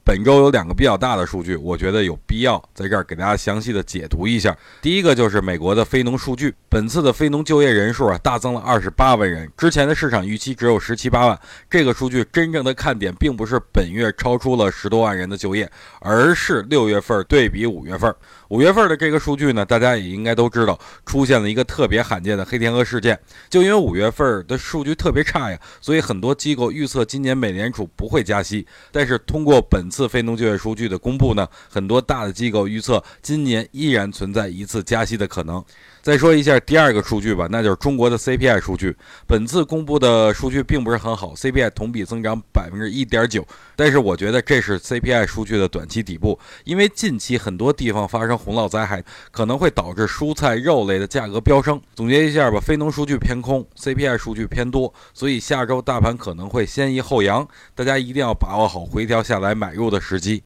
本周有2个比较大的数据，我觉得有必要在这儿给大家详细的解读一下。第一个就是美国的非农数据，本次的非农就业人数大增了28万人，之前的市场预期只有17、18万。这个数据真正的看点并不是本月超出了10多万人的就业，而是6月份对比5月份。5月份的这个数据呢，大家也应该都知道，出现了一个特别罕见的黑天鹅事件。就因为5月份的数据特别差呀，所以很多机构预测今年美联储不会加息。但是通过本次非农就业数据的公布呢，很多大的机构预测今年依然存在一次加息的可能。再说一下第2个数据吧，那就是中国的 CPI 数据。本次公布的数据并不是很好， CPI 同比增长 1.9%， 但是我觉得这是 CPI 数据的短期底部，因为近期很多地方发生洪涝灾害，可能会导致蔬菜肉类的价格飙升。总结一下吧，非农数据偏空， CPI 数据偏多，所以下周大盘可能会先抑后扬，大家一定要把握好回调下来买入的时机。